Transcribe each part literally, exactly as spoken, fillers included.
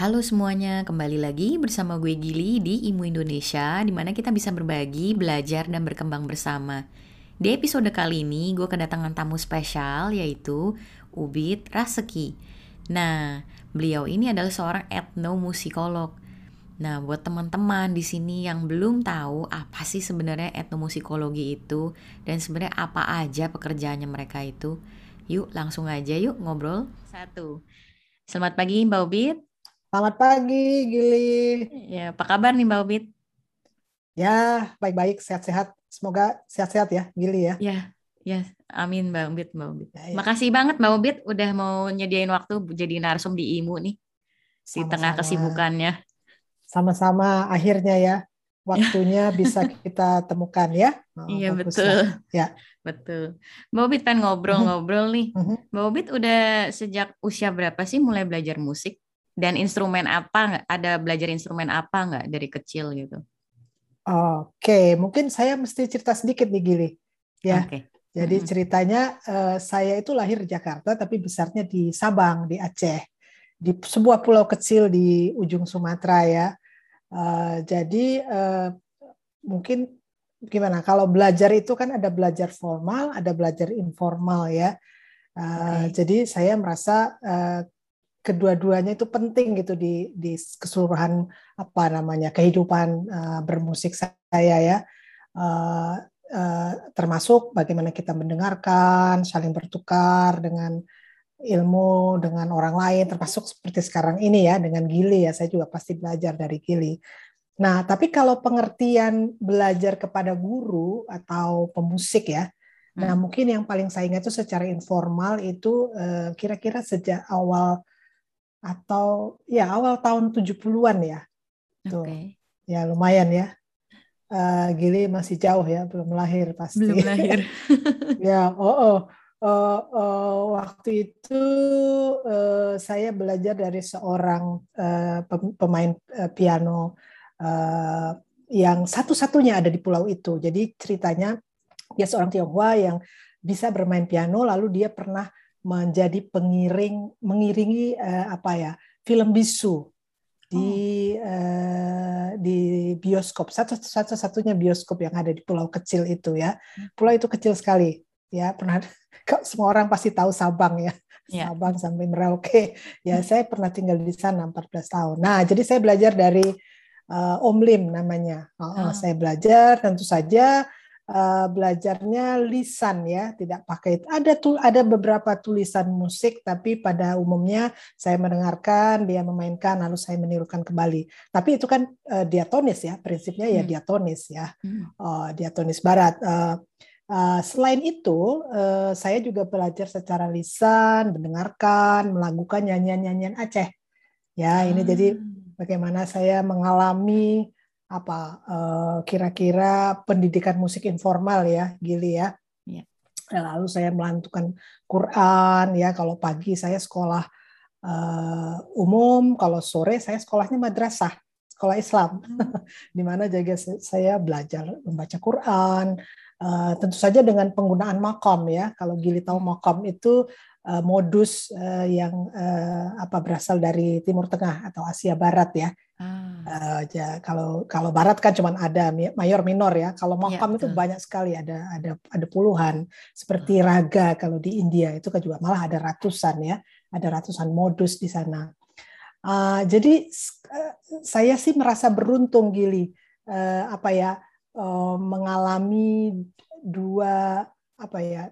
Halo semuanya, kembali lagi bersama gue Gili di Imu Indonesia, di mana kita bisa berbagi, belajar, dan berkembang bersama. Di episode kali ini, gue kedatangan tamu spesial, yaitu Ubit Raseki. Nah, beliau ini adalah seorang etnomusikolog. Nah, buat teman-teman di sini yang belum tahu apa sih sebenarnya etnomusikologi itu, dan sebenarnya apa aja pekerjaannya mereka itu, yuk langsung aja yuk ngobrol. Satu. Selamat pagi Mbak Ubit. Selamat pagi, Gili. Ya, apa kabar nih Mbak Ubit? Ya, baik-baik, sehat-sehat. Semoga sehat-sehat ya, Gili ya. Ya, ya, amin Mbak Ubit, Mbak Ubit. Ya, ya. Makasih banget Mbak Ubit udah mau nyediain waktu jadi narsum di I M U nih di tengah Sama-sama. kesibukannya. Sama-sama akhirnya ya. Waktunya bisa kita temukan ya. Oh, Iya betul, baguslah. Ya. betul. Mbak Ubit pengen Mhm, ngobrol-ngobrol nih. mhm. Mbak Ubit udah sejak usia berapa sih mulai belajar musik? Dan instrumen apa nggak? Ada belajar instrumen apa nggak dari kecil gitu? Oke, mungkin saya mesti cerita sedikit nih, Gili. Ya, Oke. jadi Mm-mm. ceritanya eh, saya itu lahir di Jakarta, tapi besarnya di Sabang, di Aceh. Di sebuah pulau kecil di ujung Sumatera ya. Eh, jadi eh, mungkin gimana? Kalau belajar itu kan ada belajar formal, ada belajar informal ya. Uh, Oke. jadi saya merasa uh, kedua-duanya itu penting gitu di di keseluruhan apa namanya kehidupan uh, bermusik saya ya. Uh, uh, Termasuk bagaimana kita mendengarkan, saling bertukar dengan ilmu dengan orang lain, termasuk seperti sekarang ini ya dengan Gili ya. Saya juga pasti belajar dari Gili. Nah, tapi kalau pengertian belajar kepada guru atau pemusik ya, nah Mm. mungkin yang paling saya ingat itu secara informal itu eh, kira-kira sejak awal atau ya awal tahun tujuh puluhan-an ya. Tuh. Oke. Ya lumayan ya. Eh, Gili masih jauh ya, belum lahir pasti. Belum lahir. Ya, oh, oh. Eh, eh, waktu itu eh, saya belajar dari seorang eh, pem- pemain eh, piano eh, yang satu-satunya ada di pulau itu. Jadi ceritanya dia seorang Tionghoa yang bisa bermain piano, lalu dia pernah menjadi pengiring mengiringi eh, apa ya film bisu di Oh. eh, di bioskop satu satu satunya bioskop yang ada di pulau kecil itu ya. Pulau itu kecil sekali ya, pernah kok semua orang pasti tahu Sabang ya. Ya. Sabang sampai Merauke. Ya, saya pernah tinggal di sana empat belas tahun. Nah, jadi saya belajar dari uh, Om Lim namanya. Uh, uh, Ah, saya belajar tentu saja uh, belajarnya lisan ya, tidak pakai ada tuh ada beberapa tulisan musik tapi pada umumnya saya mendengarkan dia memainkan lalu saya menirukan kembali. Tapi itu kan uh, diatonis ya, prinsipnya ya hmm, diatonis ya. hmm. Uh, diatonis barat. Uh, Uh, selain itu, uh, saya juga belajar secara lisan, mendengarkan, melakukan nyanyian-nyanyian Aceh. Ya, ini jadi Ah, bagaimana saya mengalami apa uh, kira-kira pendidikan musik informal ya, Gili ya. ya. Lalu saya melantunkan Quran ya. Kalau pagi saya sekolah uh, umum, kalau sore saya sekolahnya madrasah, sekolah Islam, Hmm. di mana juga saya belajar membaca Quran, uh, tentu saja dengan penggunaan makom ya. Kalau Gili tahu Hmm. makom itu uh, modus uh, yang uh, apa berasal dari Timur Tengah atau Asia Barat ya. Ah, Uh, ya, kalau kalau Barat kan cuma ada mayor minor ya. Kalau iya makam itu betul. banyak sekali, ada ada ada puluhan. Ah, Seperti raga kalau di India itu kan juga malah ada ratusan ya, ada ratusan modus di sana. Uh, jadi uh, saya sih merasa beruntung Gili, uh, apa ya uh, mengalami dua apa ya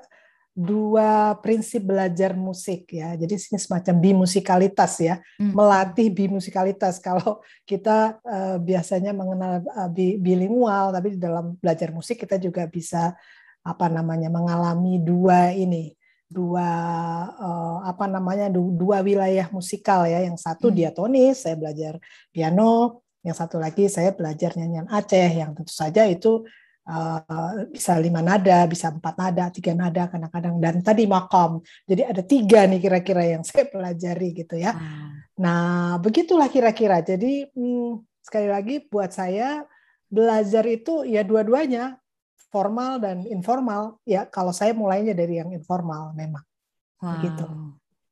dua prinsip belajar musik ya. Jadi ini semacam bimusikalitas ya, hmm, hmm. melatih bimusikalitas. Kalau kita uh, biasanya mengenal uh, bilingual, tapi di dalam belajar musik kita juga bisa apa namanya mengalami dua ini, dua uh, apa namanya dua wilayah musikal ya. Yang satu Hmm. diatonis, saya belajar piano. Yang satu lagi saya belajar nyanyian Aceh, yang tentu saja itu uh, bisa lima nada, bisa empat nada, tiga nada kadang-kadang, dan tadi makom. Jadi ada tiga nih kira-kira yang saya pelajari gitu ya. Wow. Nah, begitulah kira-kira. Jadi hmm, sekali lagi buat saya belajar itu ya dua-duanya formal dan informal. Ya kalau saya mulainya dari yang informal memang begitu. Wow.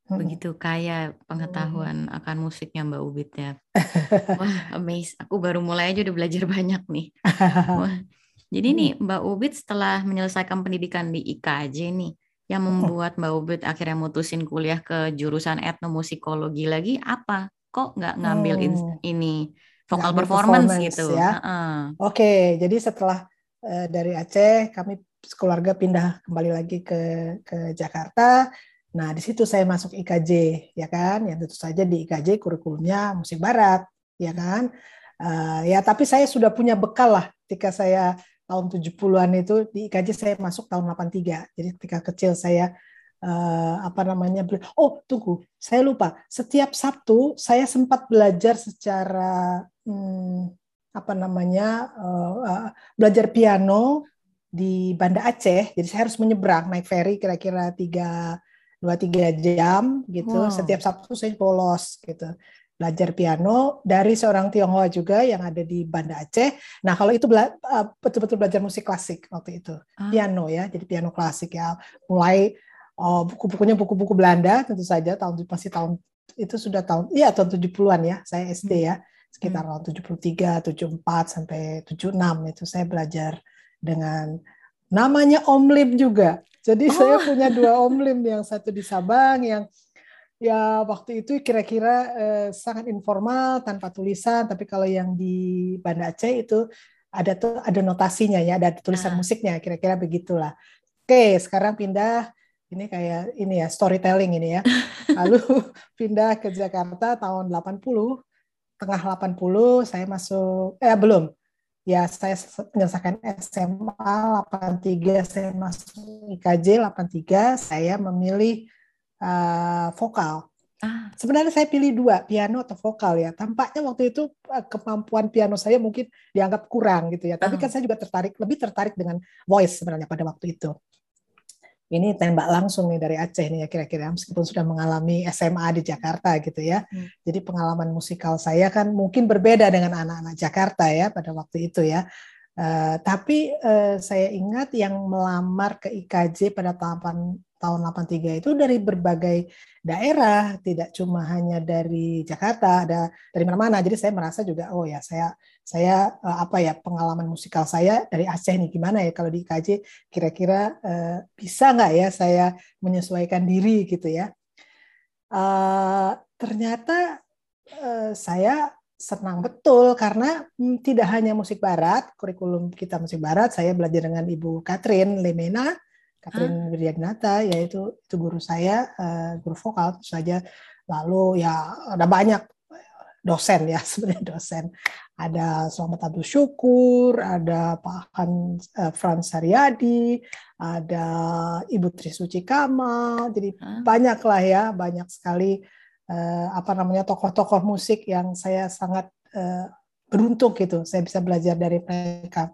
begitu kaya Mm-mm. pengetahuan akan musiknya Mbak Ubit ya. Wah, amazed. Aku baru mulai aja udah belajar banyak nih. Wah, jadi nih Mbak Ubit setelah menyelesaikan pendidikan di I K J nih, yang membuat Mbak Ubit akhirnya mutusin kuliah ke jurusan etnomusikologi lagi apa? Kok nggak ngambil ins- Hmm, ini nggak vokal ambil performance performance gitu? ya. Heeh. Oke, jadi setelah eh, dari Aceh, kami keluarga pindah kembali lagi ke ke Jakarta. Nah, di situ saya masuk I K J, ya kan? Ya tentu saja di I K J kurikulumnya musik barat, ya kan? Eh, ya, tapi saya sudah punya bekal lah ketika saya tahun tujuh puluhan-an itu di I K J saya masuk tahun delapan puluh tiga. Jadi ketika kecil saya eh, apa namanya? bela- Oh, tunggu, saya lupa. Setiap Sabtu saya sempat belajar secara hmm, apa namanya eh, eh, belajar piano di Banda Aceh. Jadi saya harus menyeberang naik ferry kira-kira tiga dua tiga jam gitu. Setiap Wow. Sabtu saya bolos gitu. Belajar piano dari seorang Tionghoa juga yang ada di Banda Aceh. Nah, kalau itu bela- eh, betul-betul belajar musik klasik waktu itu. Ah, Piano ya, jadi piano klasik ya. Mulai oh, buku-bukunya buku-buku Belanda tentu saja tahun masih tahun itu sudah tahun iya tahun tujuh puluhan-an ya. Saya S D hmm, ya hmm. sekitar tahun tujuh puluh tiga, tujuh puluh empat sampai tujuh puluh enam itu saya belajar dengan namanya Om Lim juga. Jadi saya Oh, punya dua Om Lim, yang satu di Sabang yang ya waktu itu kira-kira eh, sangat informal tanpa tulisan, tapi kalau yang di Banda Aceh itu ada tuh ada notasinya ya, ada tulisan ah, musiknya, kira-kira begitulah. Oke, sekarang pindah ini kayak ini ya storytelling ini ya. Lalu pindah ke Jakarta tahun delapan puluh, tengah delapan puluh saya masuk eh belum. Ya saya menyelesaikan S M A delapan puluh tiga, saya masuk I K J delapan puluh tiga, saya memilih uh, vokal. ah, Sebenarnya saya pilih dua, piano atau vokal ya. Tampaknya waktu itu uh, kemampuan piano saya mungkin dianggap kurang gitu ya. Tapi kan ah. saya juga tertarik, lebih tertarik dengan voice sebenarnya pada waktu itu. Ini tembak langsung nih dari Aceh nih ya kira-kira, meskipun sudah mengalami S M A di Jakarta gitu ya. Hmm. Jadi pengalaman musikal saya kan mungkin berbeda dengan anak-anak Jakarta ya pada waktu itu ya. Uh, tapi uh, saya ingat yang melamar ke I K J pada tahun tahun delapan puluh tiga itu dari berbagai daerah, tidak cuma hanya dari Jakarta, ada dari mana-mana. Jadi saya merasa juga, oh ya saya saya uh, apa ya pengalaman musikal saya dari Aceh nih gimana ya kalau di I K J kira-kira uh, bisa nggak ya saya menyesuaikan diri gitu ya. Uh, ternyata uh, saya senang betul karena hmm, tidak hanya musik barat, kurikulum kita musik barat, saya belajar dengan Ibu Catherine Lemena, Catherine Ah, Wiryadinata, yaitu itu guru saya, uh, guru vokal tentu saja. Lalu ya ada banyak dosen ya sebenarnya dosen. Ada Selamat Abdul Syukur, ada Pak Han uh, Frans Haryadi, ada Ibu Trisuci Kamal. Jadi ah. banyak lah ya, banyak sekali uh, apa namanya tokoh-tokoh musik yang saya sangat uh, beruntung gitu. Saya bisa belajar dari mereka.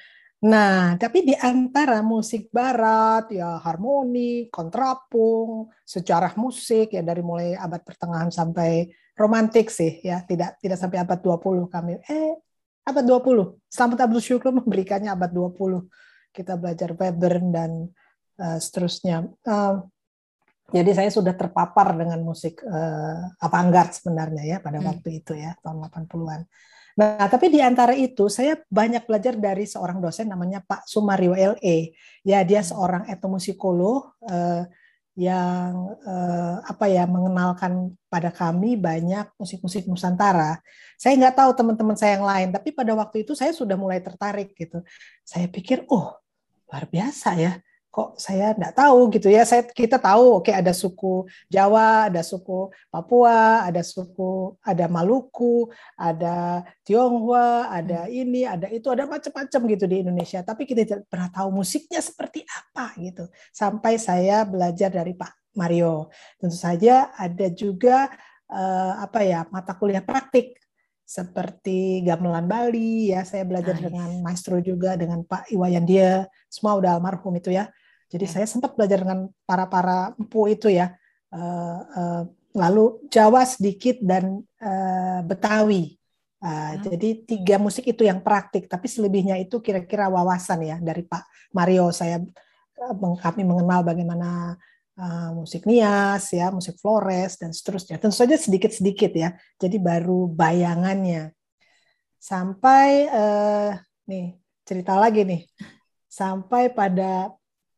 Nah, tapi di antara musik barat, ya harmoni, kontrapung, sejarah musik ya dari mulai abad pertengahan sampai romantik sih ya, tidak tidak sampai abad dua puluh kami. Eh, abad dua puluh. Selamat Abdul Syukur memberikannya abad dua puluh. Kita belajar Webern dan uh, seterusnya. Uh, jadi saya sudah terpapar dengan musik uh, avant-garde sebenarnya ya pada Hmm. waktu itu ya, tahun delapan puluhan-an. Nah, tapi di antara itu saya banyak belajar dari seorang dosen namanya Pak Sumario L E. Ya, dia Hmm. seorang etnomusikolog eh, yang eh, apa ya mengenalkan pada kami banyak musik-musik Nusantara. Saya nggak tahu teman-teman saya yang lain, tapi pada waktu itu saya sudah mulai tertarik gitu. Saya pikir, oh luar biasa ya. Kok saya nggak tahu gitu ya. Saya kita tahu, oke ada suku Jawa, ada suku Papua, ada suku ada Maluku, ada Tionghoa, ada Hmm. ini, ada itu, ada macam-macam gitu di Indonesia. Tapi kita tidak pernah tahu musiknya seperti apa gitu. Sampai saya belajar dari Pak Mario. Tentu saja ada juga eh, apa ya mata kuliah praktik seperti gamelan Bali ya. Saya belajar dengan Nice. maestro juga dengan Pak Iwayan dia, semua udah almarhum itu ya. Jadi Ya. saya sempat belajar dengan para-para empu itu ya. Eh, eh, lalu Jawa sedikit dan uh, Betawi. Uh, Ah, jadi tiga musik itu yang praktik, tapi selebihnya itu kira-kira wawasan ya dari Pak Mario. Saya kami mengenal bagaimana uh, musik Nias ya, musik Flores dan seterusnya. Tentu saja sedikit-sedikit ya. Jadi baru bayangannya. Sampai uh, nih cerita lagi nih. Sampai pada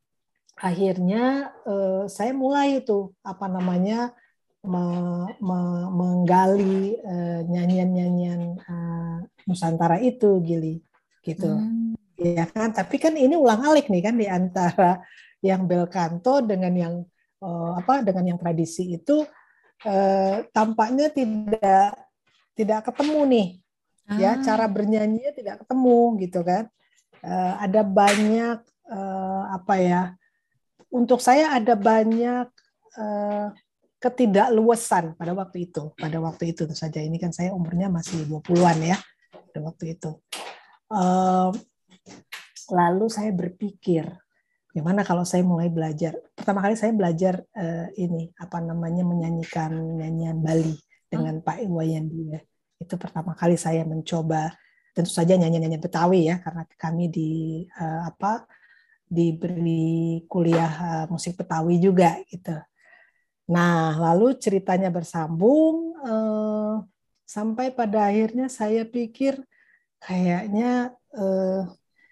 akhirnya uh, saya mulai itu apa namanya me, me, menggali uh, nyanyian-nyanyian uh, Nusantara itu, Gili, gitu. Hmm. Ya kan, tapi kan ini ulang-alik nih kan di antara yang bel canto dengan yang uh, apa dengan yang tradisi itu uh, tampaknya tidak tidak ketemu nih, ah. ya cara bernyanyinya tidak ketemu gitu kan. Uh, ada banyak uh, apa ya? Untuk saya ada banyak uh, ketidakluasan pada waktu itu. Pada waktu itu tentu saja, ini kan saya umurnya masih dua puluhan ya pada waktu itu. Uh, lalu saya berpikir, gimana kalau saya mulai belajar? Pertama kali saya belajar uh, ini apa namanya menyanyikan nyanyian Bali dengan oh. Pak Iwayan ya. Itu pertama kali saya mencoba. Tentu saja nyanyian-nyanyian Betawi ya, karena kami di uh, apa diberi kuliah uh, musik Betawi juga gitu. Nah, lalu ceritanya bersambung uh, sampai pada akhirnya saya pikir kayaknya uh,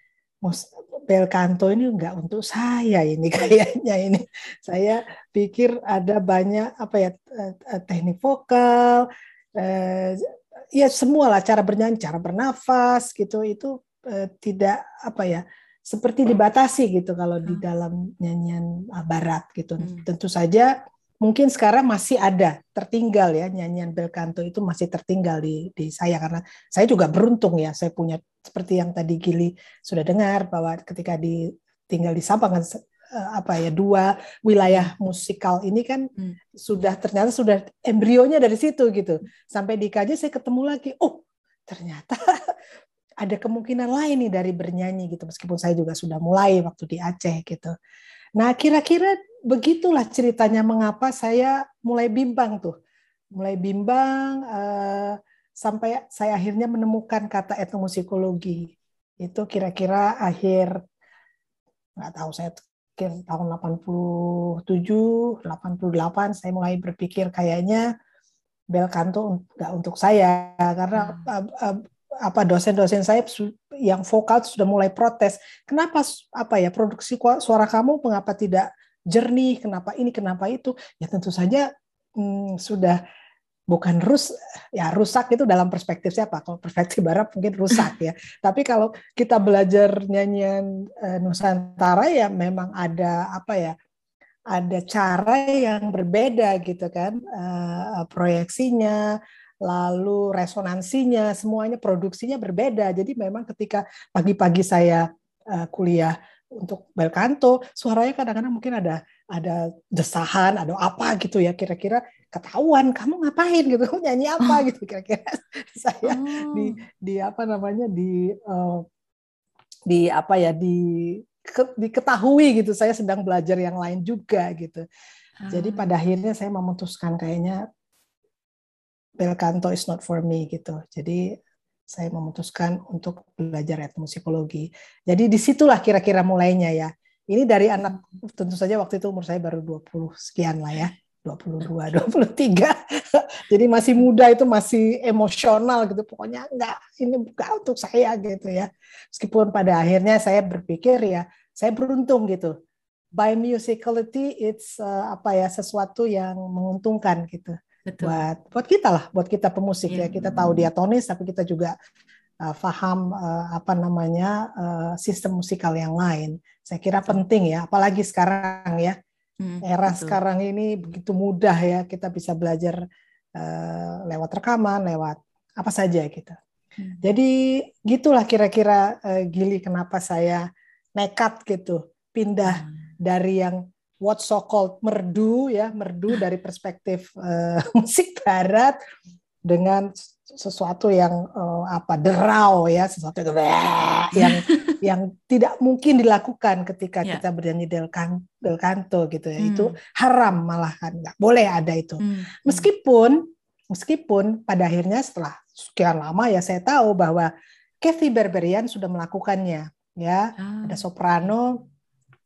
bel canto ini enggak untuk saya ini kayaknya ini. Saya pikir ada banyak apa ya teknik vokal, uh, ya semualah cara bernyanyi, cara bernafas gitu itu uh, tidak apa ya seperti dibatasi gitu kalau di dalam nyanyian barat gitu. Hmm. Tentu saja mungkin sekarang masih ada tertinggal ya nyanyian bel canto itu masih tertinggal di di saya karena saya juga beruntung ya saya punya seperti yang tadi Gili sudah dengar bahwa ketika di tinggal di Sabang apa ya dua wilayah musikal ini kan hmm. sudah ternyata sudah embrionya dari situ gitu. Sampai di K J saya ketemu lagi, oh ternyata ada kemungkinan lain nih dari bernyanyi gitu, meskipun saya juga sudah mulai waktu di Aceh gitu. Nah kira-kira begitulah ceritanya mengapa saya mulai bimbang tuh, mulai bimbang uh, sampai saya akhirnya menemukan kata etnomusikologi. Itu kira-kira akhir nggak tahu saya kira tahun delapan puluh tujuh, delapan puluh delapan saya mulai berpikir kayaknya bel canto nggak untuk saya karena hmm. uh, uh, apa dosen-dosen saya yang vokal sudah mulai protes. Kenapa apa ya produksi suara kamu mengapa tidak jernih? Kenapa ini? Kenapa itu? Ya tentu saja hmm, sudah bukan rus ya rusak itu dalam perspektif siapa? Kalau perspektif barat mungkin rusak ya. Tapi kalau kita belajar nyanyian uh, Nusantara ya memang ada apa ya? Ada cara yang berbeda gitu kan uh, proyeksinya. Lalu resonansinya, semuanya produksinya berbeda. Jadi memang ketika pagi-pagi saya uh, kuliah untuk bel canto, suaranya kadang-kadang mungkin ada ada desahan, ada apa gitu ya. Kira-kira ketahuan kamu ngapain gitu, nyanyi apa gitu kira-kira. Saya oh. di di apa namanya di uh, di apa ya di ke, diketahui gitu. Saya sedang belajar yang lain juga gitu. Oh. Jadi pada akhirnya saya memutuskan kayaknya bel canto is not for me gitu. Jadi saya memutuskan untuk belajar etnomusikologi. Jadi disitulah kira-kira mulainya ya. Ini dari anak, tentu saja waktu itu umur saya baru dua puluh sekian lah ya. dua puluh dua, dua puluh tiga. Jadi masih muda itu masih emosional gitu. Pokoknya enggak, ini bukan untuk saya gitu ya. Meskipun pada akhirnya saya berpikir ya, saya beruntung gitu. By musicality it's uh, apa ya sesuatu yang menguntungkan gitu. Betul. buat buat kita lah, buat kita pemusik yeah. ya kita tahu diatonis tapi kita juga uh, paham uh, apa namanya uh, sistem musikal yang lain. Saya kira betul. Penting ya, apalagi sekarang ya hmm, era betul. Sekarang ini begitu mudah ya kita bisa belajar uh, lewat rekaman, lewat apa saja gitu. Hmm. Jadi gitulah kira-kira uh, Gili kenapa saya nekat gitu pindah hmm. dari yang what so called merdu ya merdu dari perspektif uh, musik barat dengan sesuatu yang uh, apa derau ya sesuatu yang yang, yang tidak mungkin dilakukan ketika yeah. kita bernyanyi del, can, del canto gitu ya hmm. itu haram malah kan nggak boleh ada itu hmm. meskipun meskipun pada akhirnya setelah sekian lama ya saya tahu bahwa Kathy Berberian sudah melakukannya ya ah. ada soprano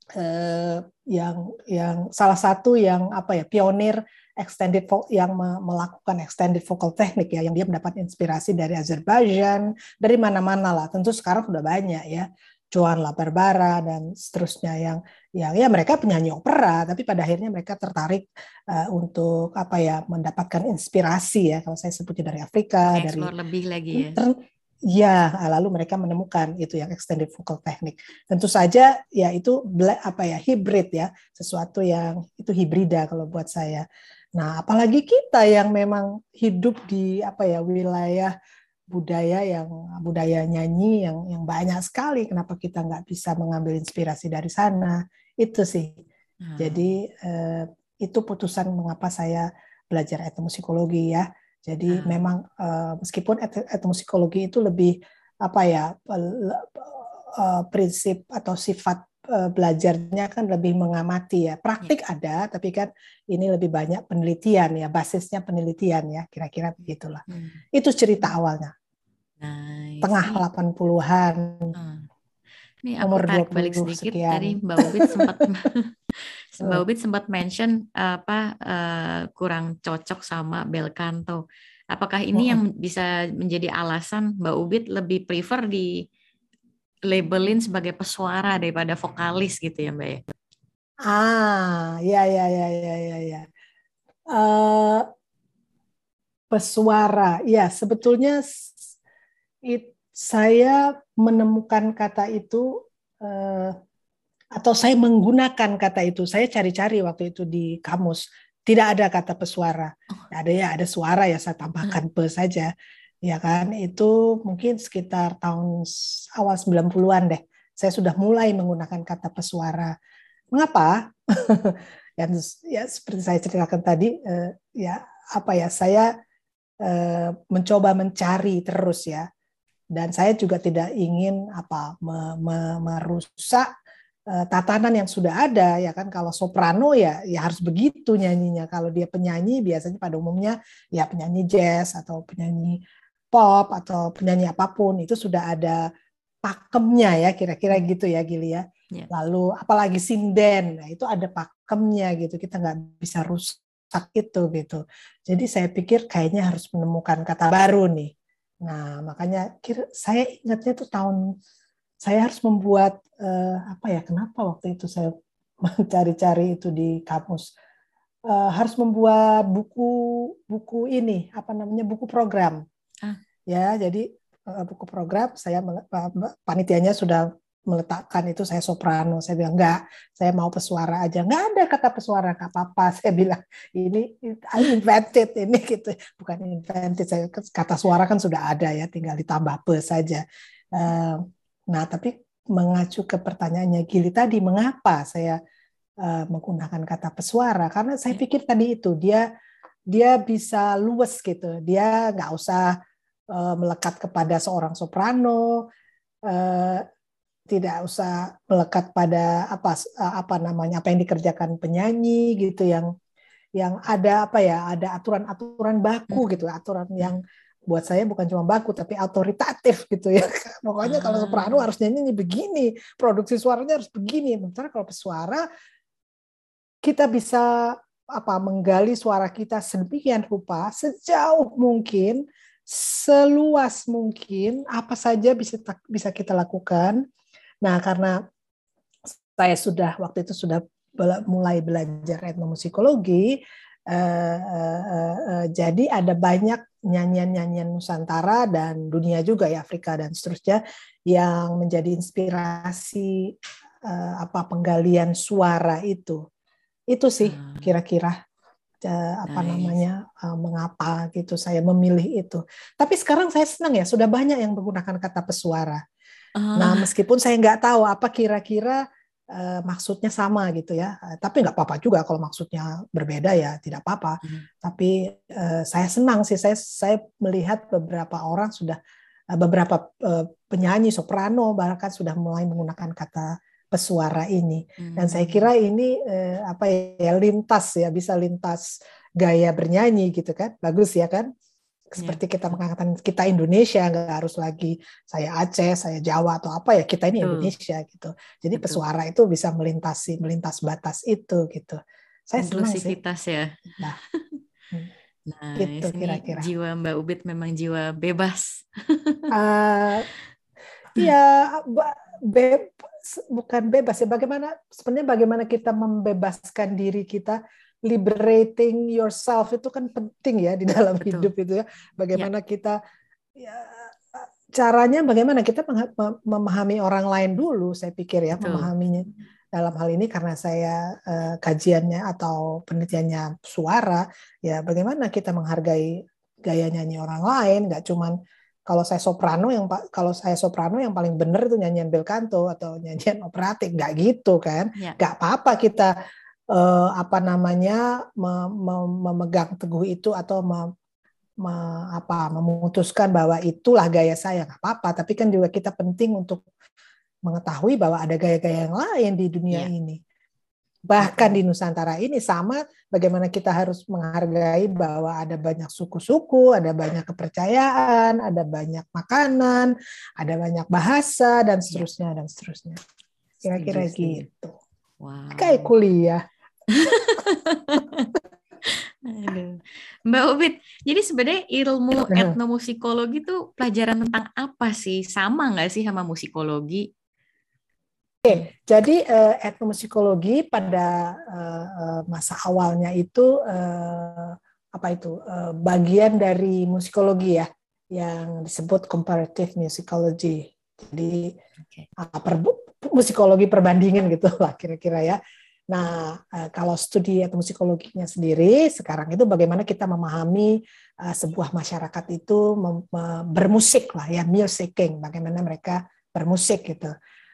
eh, yang yang salah satu yang apa ya pionir extended vo- yang me- melakukan extended vocal technique ya, yang dia mendapat inspirasi dari Azerbaijan, dari mana-mana lah. Tentu sekarang sudah banyak ya, Joan La Barbara dan seterusnya yang yang ya mereka penyanyi opera, tapi pada akhirnya mereka tertarik uh, untuk apa ya mendapatkan inspirasi ya, kalau saya sebutnya dari Afrika, dari Mengeksplor lebih lagi ya. ter, ya lalu mereka menemukan itu yang extended vocal technique. Tentu saja ya itu apa ya hibrid ya, sesuatu yang itu hibrida kalau buat saya. Nah, apalagi kita yang memang hidup di apa ya wilayah budaya yang budaya nyanyi yang yang banyak sekali, kenapa kita nggak bisa mengambil inspirasi dari sana? Itu sih. Jadi eh, itu putusan mengapa saya belajar etnomusikologi ya. Jadi Hmm. memang uh, meskipun et- etnomusikologi itu lebih apa ya uh, prinsip atau sifat uh, belajarnya kan lebih mengamati ya. Praktik Ya. ada, tapi kan ini lebih banyak penelitian ya, basisnya penelitian ya, kira-kira begitulah. Hmm. Itu cerita awalnya. Nice. Tengah Nih, delapan puluhan, hmm. Nih aku umur tarik dua balik puluh sedikit. Tadi sekian. Mbak Ubit sempat Mbak Ubit sempat mention apa uh, kurang cocok sama bel canto. Apakah ini yang bisa menjadi alasan Mbak Ubit lebih prefer di labelin sebagai pesuara daripada vokalis gitu ya Mbak ya? Ah, ya, ya, ya, ya, ya, ya. Uh, pesuara, ya sebetulnya it, saya menemukan kata itu uh, atau saya menggunakan kata itu. Saya cari-cari waktu itu di kamus, tidak ada kata pesuara. Ada ya, ada suara ya saya tambahkan pe saja. Ya kan, itu mungkin sekitar tahun awal sembilan puluhan deh. Saya sudah mulai menggunakan kata pesuara. Mengapa? Ya, ya seperti saya ceritakan tadi, eh, ya apa ya saya eh, mencoba mencari terus ya, dan saya juga tidak ingin apa me, me, merusak eh, tatanan yang sudah ada ya kan. Kalau soprano ya ya harus begitu nyanyinya. Kalau dia penyanyi biasanya pada umumnya ya penyanyi jazz atau penyanyi pop atau penyanyi apapun itu sudah ada pakemnya ya, kira-kira Hmm. gitu ya Gili ya. Ya. Lalu apalagi sinden, nah, itu ada pakemnya gitu, kita nggak bisa rusak itu gitu. Jadi saya pikir kayaknya harus menemukan kata baru nih. Nah makanya kira, saya ingatnya tuh tahun saya harus membuat eh, apa ya, kenapa waktu itu saya mencari-cari itu di kamus. Eh, harus membuat buku buku ini apa namanya buku program Ah. ya. Jadi eh, buku program saya panitianya sudah meletakkan itu saya soprano. Saya bilang enggak, saya mau pesuara aja. Enggak ada kata pesuara, enggak apa-apa. Saya bilang ini I invented ini gitu. Bukan invented, saya kata suara kan sudah ada ya, tinggal ditambah pe saja. Eh, Nah, tapi mengacu ke pertanyaannya Gili tadi, mengapa saya uh, menggunakan kata pesuara? Karena saya pikir tadi itu dia dia bisa luwes gitu. Dia nggak usah uh, melekat kepada seorang soprano, uh, tidak usah melekat pada apa apa namanya apa yang dikerjakan penyanyi gitu, yang yang ada apa ya ada aturan-aturan baku gitu, aturan yang buat saya bukan cuma baku tapi autoritatif gitu ya. Pokoknya kalau soprano Ah. harus nyanyi begini, produksi suaranya harus begini. Sementara kalau pesuara kita bisa apa menggali suara kita sedemikian rupa, sejauh mungkin, seluas mungkin, apa saja bisa bisa kita lakukan. Nah, karena saya sudah waktu itu sudah mulai belajar etnomusikologi, eh, eh, eh, jadi ada banyak nyanyian-nyanyian Nusantara dan dunia juga ya, Afrika dan seterusnya, yang menjadi inspirasi eh, apa penggalian suara itu. Itu sih kira-kira eh, apa Nice. namanya eh, mengapa gitu saya memilih itu. Tapi sekarang saya senang ya, sudah banyak yang menggunakan kata pesuara. Ah. Nah, meskipun saya nggak tahu apa kira-kira uh, maksudnya sama gitu ya, uh, tapi nggak apa-apa juga kalau maksudnya berbeda ya tidak apa-apa. Hmm. Tapi uh, saya senang sih, saya saya melihat beberapa orang sudah uh, beberapa uh, penyanyi soprano bahkan sudah mulai menggunakan kata pesuara ini. Dan saya kira ini uh, apa ya lintas ya, bisa lintas gaya bernyanyi gitu kan, bagus ya kan. Ya, seperti kita betul. mengatakan kita Indonesia, nggak harus lagi saya Aceh, saya Jawa atau apa ya, kita ini Betul, Indonesia gitu. Jadi betul. pesuara itu bisa melintasi melintas batas itu gitu. Saya senang sih. Inklusivitas ya. Nah, hmm, Nah, di gitu sini kira-kira. jiwa Mbak Ubit memang jiwa bebas. Uh, ya, be- bukan bebas ya. Bagaimana sebenarnya bagaimana kita membebaskan diri kita, liberating yourself itu kan penting ya di dalam Betul. hidup itu ya. Ya, Bagaimana kita ya, caranya bagaimana kita memahami orang lain dulu, saya pikir ya, betul. memahaminya dalam hal ini karena saya eh, kajiannya atau penelitiannya suara, ya bagaimana kita menghargai gaya nyanyi orang lain, nggak cuman kalau saya soprano yang kalau saya soprano yang paling benar itu nyanyian bel canto atau nyanyian operatik, nggak gitu kan, Ya, nggak apa-apa kita eh, apa namanya mem- mem- memegang teguh itu atau mem- me- apa memutuskan bahwa itulah gaya saya, nggak apa-apa, tapi kan juga kita penting untuk mengetahui bahwa ada gaya-gaya yang lain di dunia ya. ini, bahkan di Mm-mm. Nusantara ini. Sama bagaimana kita harus menghargai bahwa ada banyak suku-suku, ada banyak kepercayaan, ada banyak makanan, ada banyak bahasa dan Ya, seterusnya dan seterusnya, setuju, kira-kira setuju. gitu, kayak Wow. kuliah. Aduh. Mbak Ubit, jadi sebenarnya ilmu etnomusikologi itu pelajaran tentang apa sih? Sama nggak sih sama musikologi? Jadi eh, etnomusikologi pada eh, masa awalnya itu eh, apa itu eh, bagian dari musikologi ya, yang disebut comparative musicology. Jadi Oke. ah, per, musikologi perbandingan gitu lah kira-kira ya. Nah, eh, kalau studi etnomusikologinya sendiri sekarang itu bagaimana kita memahami eh, sebuah masyarakat itu mem, mem, bermusik lah ya, musicking, bagaimana mereka bermusik gitu.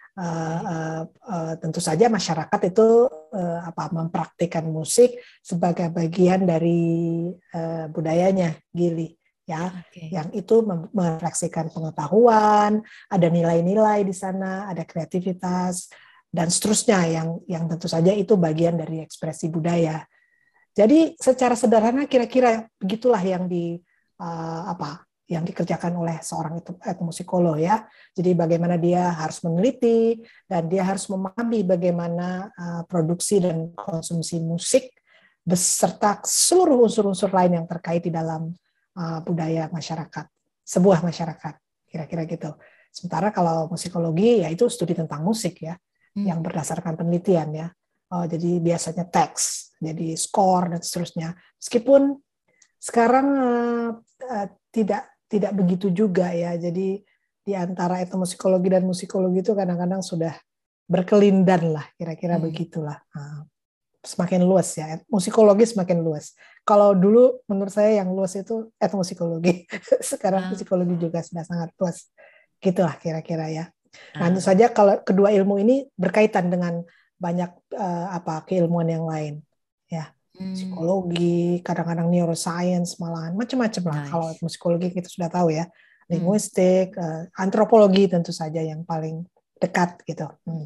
Uh, uh, uh, tentu saja masyarakat itu uh, apa mempraktikkan musik sebagai bagian dari uh, budayanya, Gili, ya, Oke. yang itu merefleksikan pengetahuan, ada nilai-nilai di sana, ada kreativitas dan seterusnya yang yang tentu saja itu bagian dari ekspresi budaya. Jadi secara sederhana kira-kira begitulah yang di uh, apa yang dikerjakan oleh seorang etnomusikolog ya. Jadi bagaimana dia harus meneliti dan dia harus memahami bagaimana uh, produksi dan konsumsi musik beserta seluruh unsur-unsur lain yang terkait di dalam uh, budaya masyarakat, sebuah masyarakat, kira-kira gitu. Sementara kalau musikologi ya itu studi tentang musik ya, Hmm. yang berdasarkan penelitian ya. Oh, jadi biasanya teks, jadi skor dan seterusnya. Meskipun sekarang uh, uh, tidak tidak begitu juga ya. Jadi di antara etnomusikologi dan musikologi itu kadang-kadang sudah berkelindan lah, kira-kira Hmm. begitulah. Nah, semakin luas ya, musikologi semakin luas. Kalau dulu menurut saya yang luas itu etnomusikologi. Sekarang Ah, musikologi juga sudah sangat luas. Gitulah kira-kira ya. Nah, tentu ah. saja kalau kedua ilmu ini berkaitan dengan banyak uh, apa keilmuan yang lain ya, Hmm. psikologi, kadang-kadang neuroscience, malahan macam-macam lah. Kalau Nice. psikologi kita sudah tahu ya, Hmm. linguistik, uh, antropologi tentu saja yang paling dekat gitu. Hmm.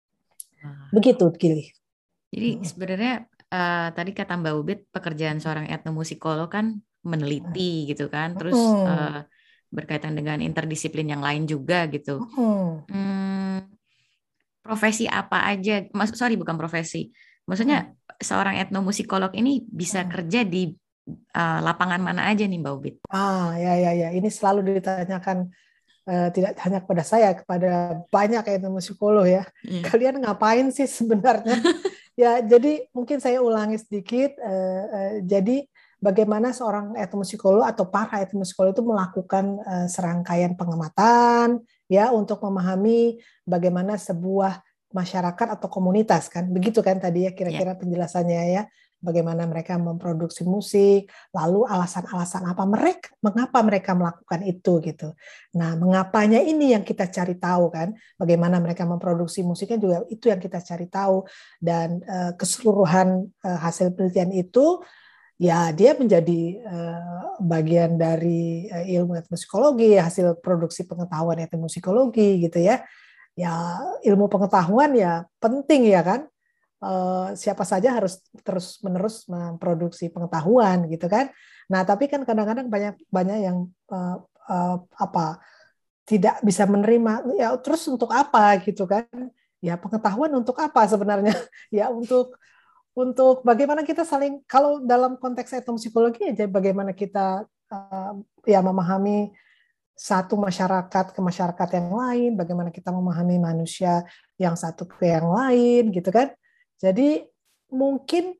Wah. Begitu, Gili. Jadi Hmm. sebenarnya eh, tadi kata Mbak Ubit, pekerjaan seorang etnomusikolog kan meneliti gitu kan, terus Hmm. eh, berkaitan dengan interdisiplin yang lain juga gitu. Hmm. Hmm, profesi apa aja? Mas, sorry bukan profesi. Hmm. Maksudnya seorang etnomusikolog ini bisa Hmm. kerja di eh, lapangan mana aja nih Mbak Ubit? Ah, ya, ya, ya. Ini selalu ditanyakan uh, tidak hanya kepada saya, kepada banyak etnomusikolog ya. Iya. Kalian ngapain sih sebenarnya? Ya, jadi mungkin saya ulangi sedikit. Uh, uh, jadi bagaimana seorang etnomusikolog atau para etnomusikolog itu melakukan uh, serangkaian pengamatan ya untuk memahami bagaimana sebuah masyarakat atau komunitas kan. Begitu kan tadi ya Ya. kira-kira penjelasannya ya. Bagaimana mereka memproduksi musik, lalu alasan-alasan apa mereka, mengapa mereka melakukan itu gitu. Nah, mengapanya ini yang kita cari tahu kan, bagaimana mereka memproduksi musiknya juga itu yang kita cari tahu, dan uh, keseluruhan uh, hasil penelitian itu ya dia menjadi uh, bagian dari uh, ilmu etnomusikologi, hasil produksi pengetahuan etnomusikologi gitu ya. Ya ilmu pengetahuan ya penting ya kan. uh, siapa saja harus terus-menerus memproduksi pengetahuan gitu kan. Nah, tapi kan kadang-kadang banyak banyak yang uh, uh, apa tidak bisa menerima, ya terus untuk apa gitu kan? Ya pengetahuan untuk apa sebenarnya? Ya untuk untuk bagaimana kita saling, kalau dalam konteks etnomusikologi aja, bagaimana kita uh, ya memahami satu masyarakat ke masyarakat yang lain, bagaimana kita memahami manusia yang satu ke yang lain gitu kan. Jadi mungkin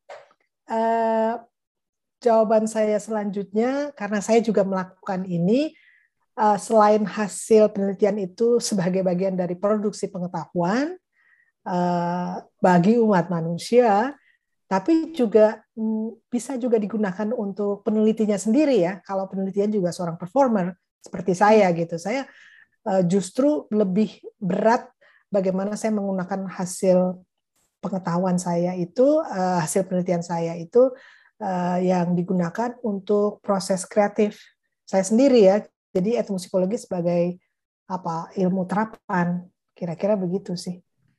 uh, jawaban saya selanjutnya, karena saya juga melakukan ini, uh, selain hasil penelitian itu sebagai bagian dari produksi pengetahuan uh, bagi umat manusia, tapi juga bisa juga digunakan untuk penelitinya sendiri ya. Kalau penelitian juga seorang performer seperti saya gitu. Saya justru lebih berat bagaimana saya menggunakan hasil pengetahuan saya itu, hasil penelitian saya itu yang digunakan untuk proses kreatif saya sendiri ya. Jadi etnomusikologi sebagai apa, ilmu terapan. Kira-kira begitu sih.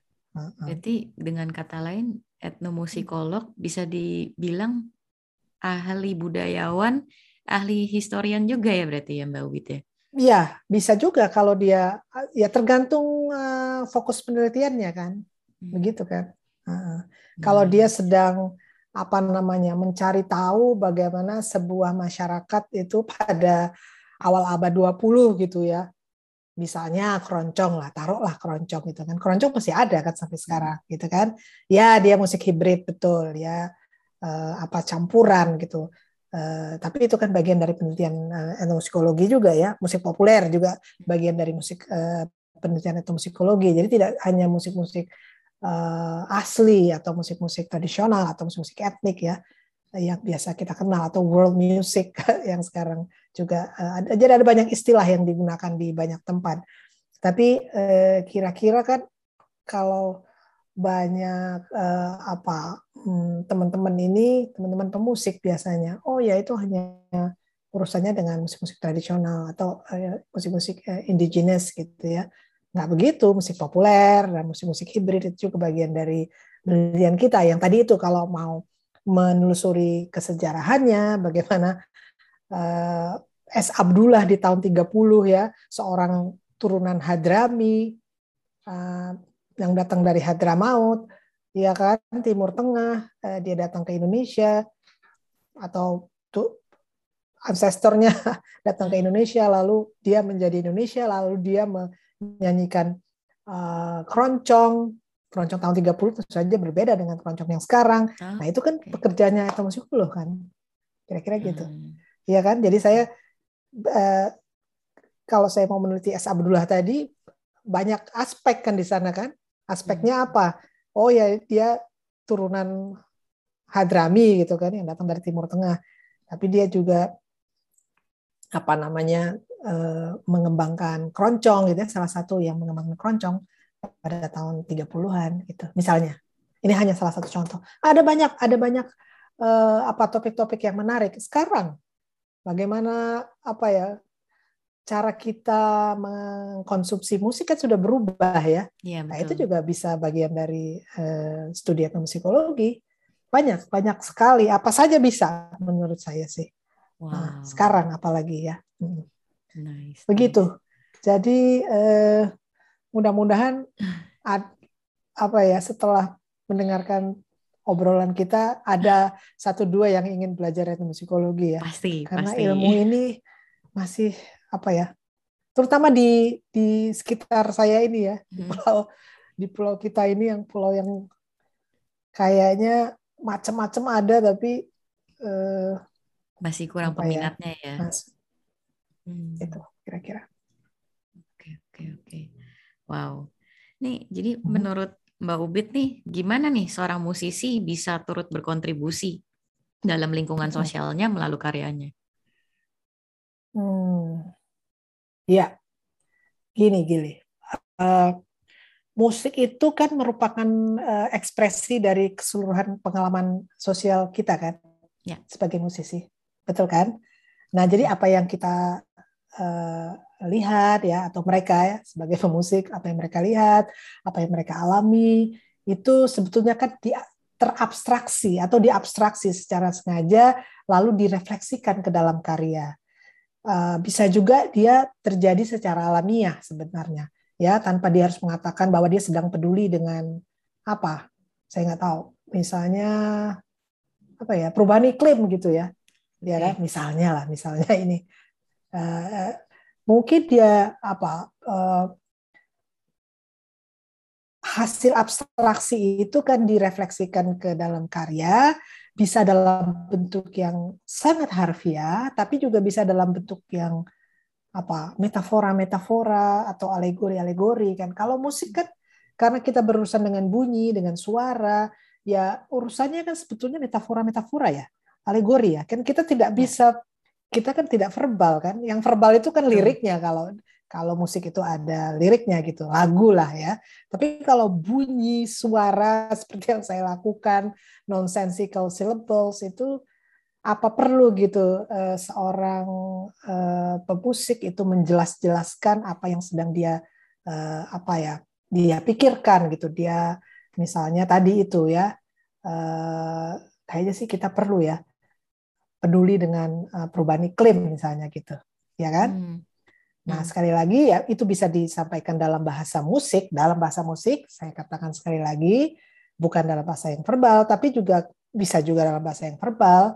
Berarti dengan kata lain, etnomusikolog bisa dibilang ahli budayawan, ahli historian juga ya berarti ya Mbak Ubit ya? Iya, bisa juga kalau dia, ya tergantung uh, fokus penelitiannya kan, hmm. begitu kan. Uh, kalau dia sedang apa namanya mencari tahu bagaimana sebuah masyarakat itu pada awal abad dua puluh gitu ya, misalnya keroncong lah, taruhlah keroncong gitu kan. Keroncong masih ada kan sampai sekarang gitu kan. Ya dia musik hibrid betul ya, uh, apa campuran gitu. Uh, tapi itu kan bagian dari penelitian uh, etnomusikologi juga ya. Musik populer juga bagian dari musik uh, penelitian etnomusikologi. Jadi tidak hanya musik-musik uh, asli atau musik-musik tradisional atau musik-musik etnik ya, yang biasa kita kenal, atau world music yang sekarang juga ada. Jadi ada banyak istilah yang digunakan di banyak tempat. Tapi eh, kira-kira kan kalau banyak eh, apa hmm, teman-teman ini, teman-teman pemusik biasanya, oh ya itu hanya urusannya dengan musik-musik tradisional atau eh, musik-musik eh, indigenous gitu ya. Nggak begitu, musik populer dan musik-musik hibrid itu juga bagian dari penelitian kita. Yang tadi itu kalau mau menelusuri kesejarahannya, bagaimana uh, S. Abdullah di tahun tiga puluh ya, seorang turunan Hadrami uh, yang datang dari Hadramaut, ya kan, Timur Tengah, uh, dia datang ke Indonesia, atau tuh ancestornya datang ke Indonesia, lalu dia menjadi Indonesia, lalu dia menyanyikan uh, keroncong. Keroncong tahun tiga puluh tentu saja berbeda dengan keroncong yang sekarang. Oh, nah, itu kan okay. pekerjaannya etnomusikolog kan. Kira-kira hmm. gitu. Iya kan? Jadi saya eh, kalau saya mau meneliti S. Abdullah tadi, banyak aspek kan di sana kan. Aspeknya hmm. apa? Oh ya, dia turunan Hadrami gitu kan, yang datang dari Timur Tengah. Tapi dia juga apa namanya eh, mengembangkan keroncong gitu ya, salah satu yang mengembangkan keroncong pada tahun tiga puluhan gitu misalnya. Ini hanya salah satu contoh. Ada banyak ada banyak uh, apa topik-topik yang menarik. Sekarang bagaimana apa ya cara kita mengkonsumsi musik kan sudah berubah ya. Ya nah, itu juga bisa bagian dari uh, studi etnomusikologi. Banyak banyak sekali, apa saja bisa menurut saya sih. Wow. Nah, sekarang apalagi ya. Hmm. Nice. Begitu. Nice. Jadi uh, mudah-mudahan ad, apa ya setelah mendengarkan obrolan kita ada satu dua yang ingin belajar etnomusikologi ya. Pasti. Karena pasti. Ilmu ini masih apa ya, terutama di di sekitar saya ini ya, hmm. di pulau di pulau kita ini yang pulau yang kayaknya macam-macam ada tapi eh, masih kurang peminatnya ya. ya. Mas, hmm. Itu kira-kira. Oke oke oke. Wow. Nih, jadi hmm. menurut Mbak Ubit nih, gimana nih seorang musisi bisa turut berkontribusi dalam lingkungan sosialnya melalui karyanya? Hmm. Ya, gini gini. Uh, musik itu kan merupakan uh, ekspresi dari keseluruhan pengalaman sosial kita kan, ya. Sebagai musisi, betul kan? Nah, jadi apa yang kita uh, lihat ya, atau mereka ya sebagai pemusik, apa yang mereka lihat, apa yang mereka alami, itu sebetulnya kan di, terabstraksi atau diabstraksi secara sengaja lalu direfleksikan ke dalam karya. Uh, bisa juga dia terjadi secara alamiah sebenarnya, ya, tanpa dia harus mengatakan bahwa dia sedang peduli dengan apa, saya nggak tahu, misalnya apa ya, perubahan iklim gitu ya, ya kan, misalnya lah, misalnya ini uh, mungkin dia apa uh, hasil abstraksi itu kan direfleksikan ke dalam karya, bisa dalam bentuk yang sangat harfiah, tapi juga bisa dalam bentuk yang apa metafora-metafora atau alegori-alegori kan. Kalau musik kan karena kita berurusan dengan bunyi, dengan suara, ya urusannya kan sebetulnya metafora-metafora ya, alegori ya. Kan kita tidak bisa, kita kan tidak verbal kan. Yang verbal itu kan liriknya kalau kalau musik itu ada liriknya gitu, lagu lah ya. Tapi kalau bunyi, suara seperti yang saya lakukan, nonsensical syllables itu apa perlu gitu eh, seorang eh, pemusik itu menjelas-jelaskan apa yang sedang dia eh, apa ya dia pikirkan gitu. Dia misalnya tadi itu ya eh, kayaknya sih kita perlu ya peduli dengan eh, perubahan iklim misalnya gitu, ya kan? Hmm. Nah, sekali lagi ya itu bisa disampaikan dalam bahasa musik, dalam bahasa musik saya katakan sekali lagi bukan dalam bahasa yang verbal, tapi juga bisa juga dalam bahasa yang verbal.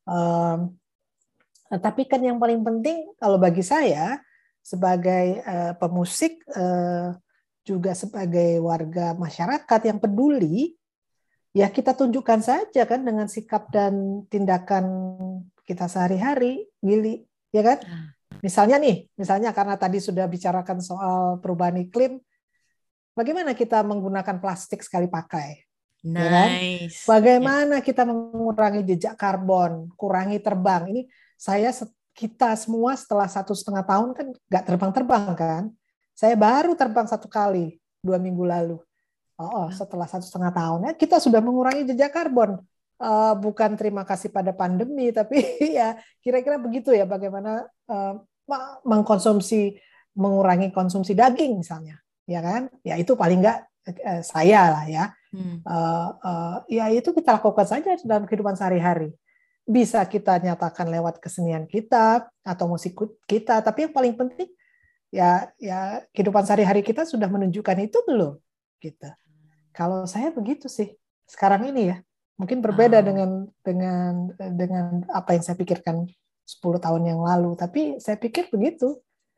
Um, tapi kan yang paling penting kalau bagi saya sebagai uh, pemusik uh, juga sebagai warga masyarakat yang peduli, ya kita tunjukkan saja kan dengan sikap dan tindakan kita sehari-hari, Gili, ya kan? Misalnya nih, misalnya karena tadi sudah bicarakan soal perubahan iklim, bagaimana kita menggunakan plastik sekali pakai? Nice. Ya kan? Bagaimana kita mengurangi jejak karbon, kurangi terbang? Ini saya kita semua setelah satu setengah tahun kan nggak terbang-terbang kan? Saya baru terbang satu kali dua minggu lalu. Oh, oh setelah satu setengah tahun ya kita sudah mengurangi jejak karbon. Uh, bukan terima kasih pada pandemi, tapi ya kira-kira begitu ya bagaimana uh, mengkonsumsi, mengurangi konsumsi daging misalnya, ya kan? Ya itu paling nggak uh, saya lah ya. Hmm. Uh, uh, ya itu kita lakukan saja dalam kehidupan sehari-hari. Bisa kita nyatakan lewat kesenian kita atau musik kita, tapi yang paling penting ya ya kehidupan sehari-hari kita sudah menunjukkan itu belum, gitu. Kalau saya begitu sih sekarang ini ya. Mungkin berbeda oh. dengan dengan dengan apa yang saya pikirkan sepuluh tahun yang lalu, tapi saya pikir begitu.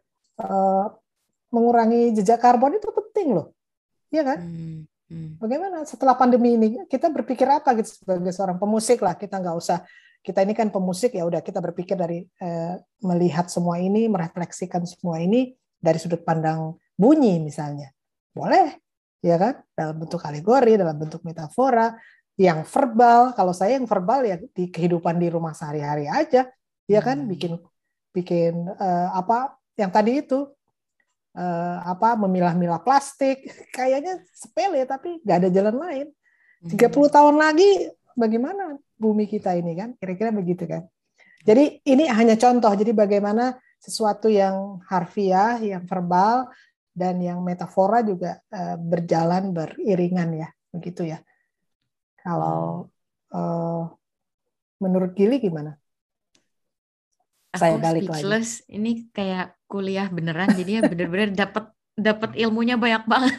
Uh, mengurangi jejak karbon itu penting loh. Iya kan? Hmm. Hmm. Bagaimana setelah pandemi ini kita berpikir apa gitu sebagai seorang pemusik lah, kita nggak usah, kita ini kan pemusik ya udah kita berpikir dari eh, melihat semua ini, merefleksikan semua ini dari sudut pandang bunyi misalnya. Boleh, ya kan? Dalam bentuk alegori, dalam bentuk metafora. Yang verbal, kalau saya yang verbal ya di kehidupan di rumah sehari-hari aja, ya kan, bikin bikin uh, apa yang tadi itu uh, apa memilah-milah plastik, kayaknya sepele tapi nggak ada jalan lain. tiga puluh tahun lagi bagaimana bumi kita ini kan, kira-kira begitu kan. Jadi ini hanya contoh, jadi bagaimana sesuatu yang harfiah, yang verbal dan yang metafora juga uh, berjalan beriringan ya, begitu ya. Kalau uh, menurut Gili gimana? Aku saya balik speechless. Lagi. Ini kayak kuliah beneran, jadi ya bener-bener dapat dapat ilmunya banyak banget.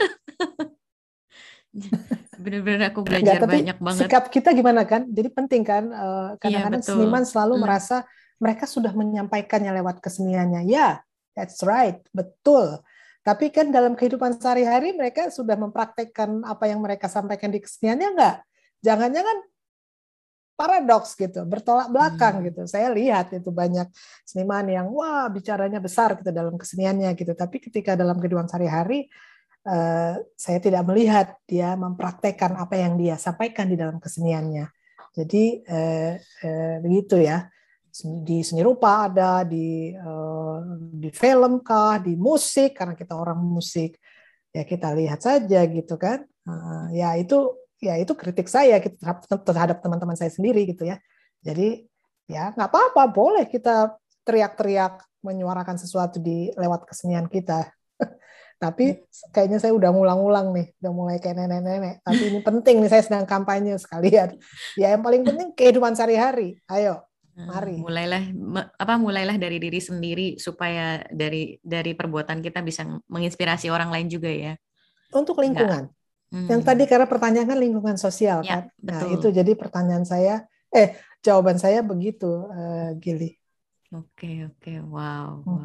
Bener-bener aku belajar Nggak, tapi banyak banget. Sikap kita gimana kan? Jadi penting kan? Uh, kadang-kadang ya, seniman selalu hmm. merasa mereka sudah menyampaikannya lewat keseniannya. Ya, that's right, betul. Tapi kan dalam kehidupan sehari-hari mereka sudah mempraktekkan apa yang mereka sampaikan di keseniannya enggak? Jangan-jangan paradoks gitu, bertolak belakang hmm. gitu. Saya lihat itu banyak seniman yang wah bicaranya besar gitu dalam keseniannya gitu, tapi ketika dalam kehidupan sehari-hari eh, saya tidak melihat dia mempraktekkan apa yang dia sampaikan di dalam keseniannya. Jadi eh, eh, begitu ya. Di seni rupa ada, di eh, di film kah, di musik karena kita orang musik. Ya kita lihat saja gitu kan. Uh, ya itu ya itu kritik saya gitu, terhadap teman-teman saya sendiri gitu ya. Jadi ya nggak apa-apa, boleh kita teriak-teriak menyuarakan sesuatu di lewat kesenian kita. Tapi kayaknya saya udah ngulang-ngulang nih, udah mulai kayak nenek-nenek. Tapi ini penting nih, saya sedang kampanye sekalian. Ya yang paling penting kehidupan sehari-hari. Ayo, Hmm, mari. mulailah me- apa mulailah dari diri sendiri supaya dari dari perbuatan kita bisa menginspirasi orang lain juga ya. Untuk Enggak. lingkungan. Yang tadi Hmm, karena pertanyaan kan lingkungan sosial ya, kan. Nah itu betul. jadi pertanyaan saya, eh jawaban saya begitu, eh, Gili. Oke, oke. Wow, Hmm. wow.